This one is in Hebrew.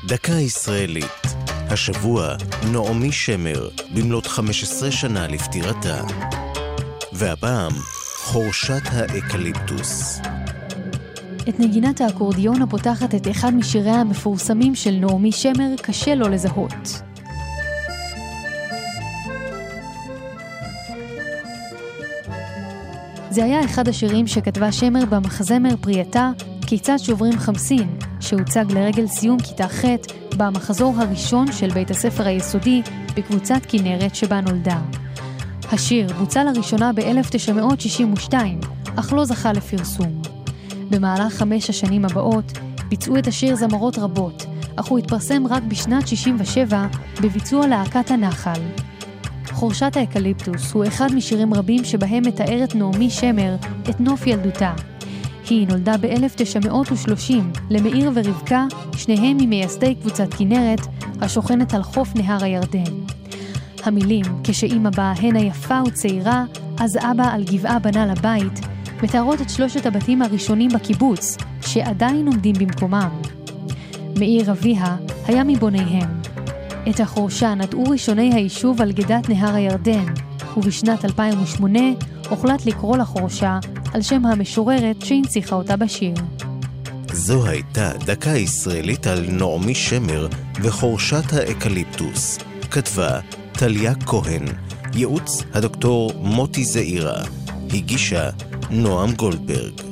דקה ישראלית. השבוע נעמי שמר במלאת 15 שנה לפטירתה. והפעם חורשת האקליפטוס. את נגינת האקורדיון הפותחת את אחד משיריה המפורסמים של נעמי שמר קשה לא לזהות. זה היה אחד השירים שכתבה שמר במחזמר פרייתה כיצד שוברים חמסין, שהוצג לרגל סיום כיתה ח' במחזור הראשון של בית הספר היסודי בקבוצת כנרת שבה נולדה. השיר בוצע לראשונה ב-1962, אך לא זכה לפרסום. במהלך 5 השנים הבאות ביצעו את השיר זמרות רבות, אך הוא התפרסם רק בשנת 67 בביצוע להקת הנחל. חורשת האקליפטוס הוא אחד משירים רבים שבהם מתארת נעמי שמר את נוף ילדותה. היא נולדה ב-1930 למאיר ורבקה, שניהם ממייסדי קבוצת כנרת, השוכנת על חוף נהר הירדן. המילים, כשאמא באה הנה יפה וצעירה, אז אבא על גבעה בנה לבית, מתארות את 3 הבתים הראשונים בקיבוץ, שעדיין עומדים במקומם. מאיר אביה היה מבוניהם. את החורשה נטעו ראשוני היישוב על גדת נהר הירדן, ובשנת 2008 הוחלט לקרוא לחורשה על שם המשוררת שהנציחה אותה בשיר. זו הייתה דקה ישראלית על נעמי שמר וחורשת האקליפטוס. כתבה טליה כהן, ייעוץ הדוקטור מוטי זעירה, הגישה נועם גולדברג.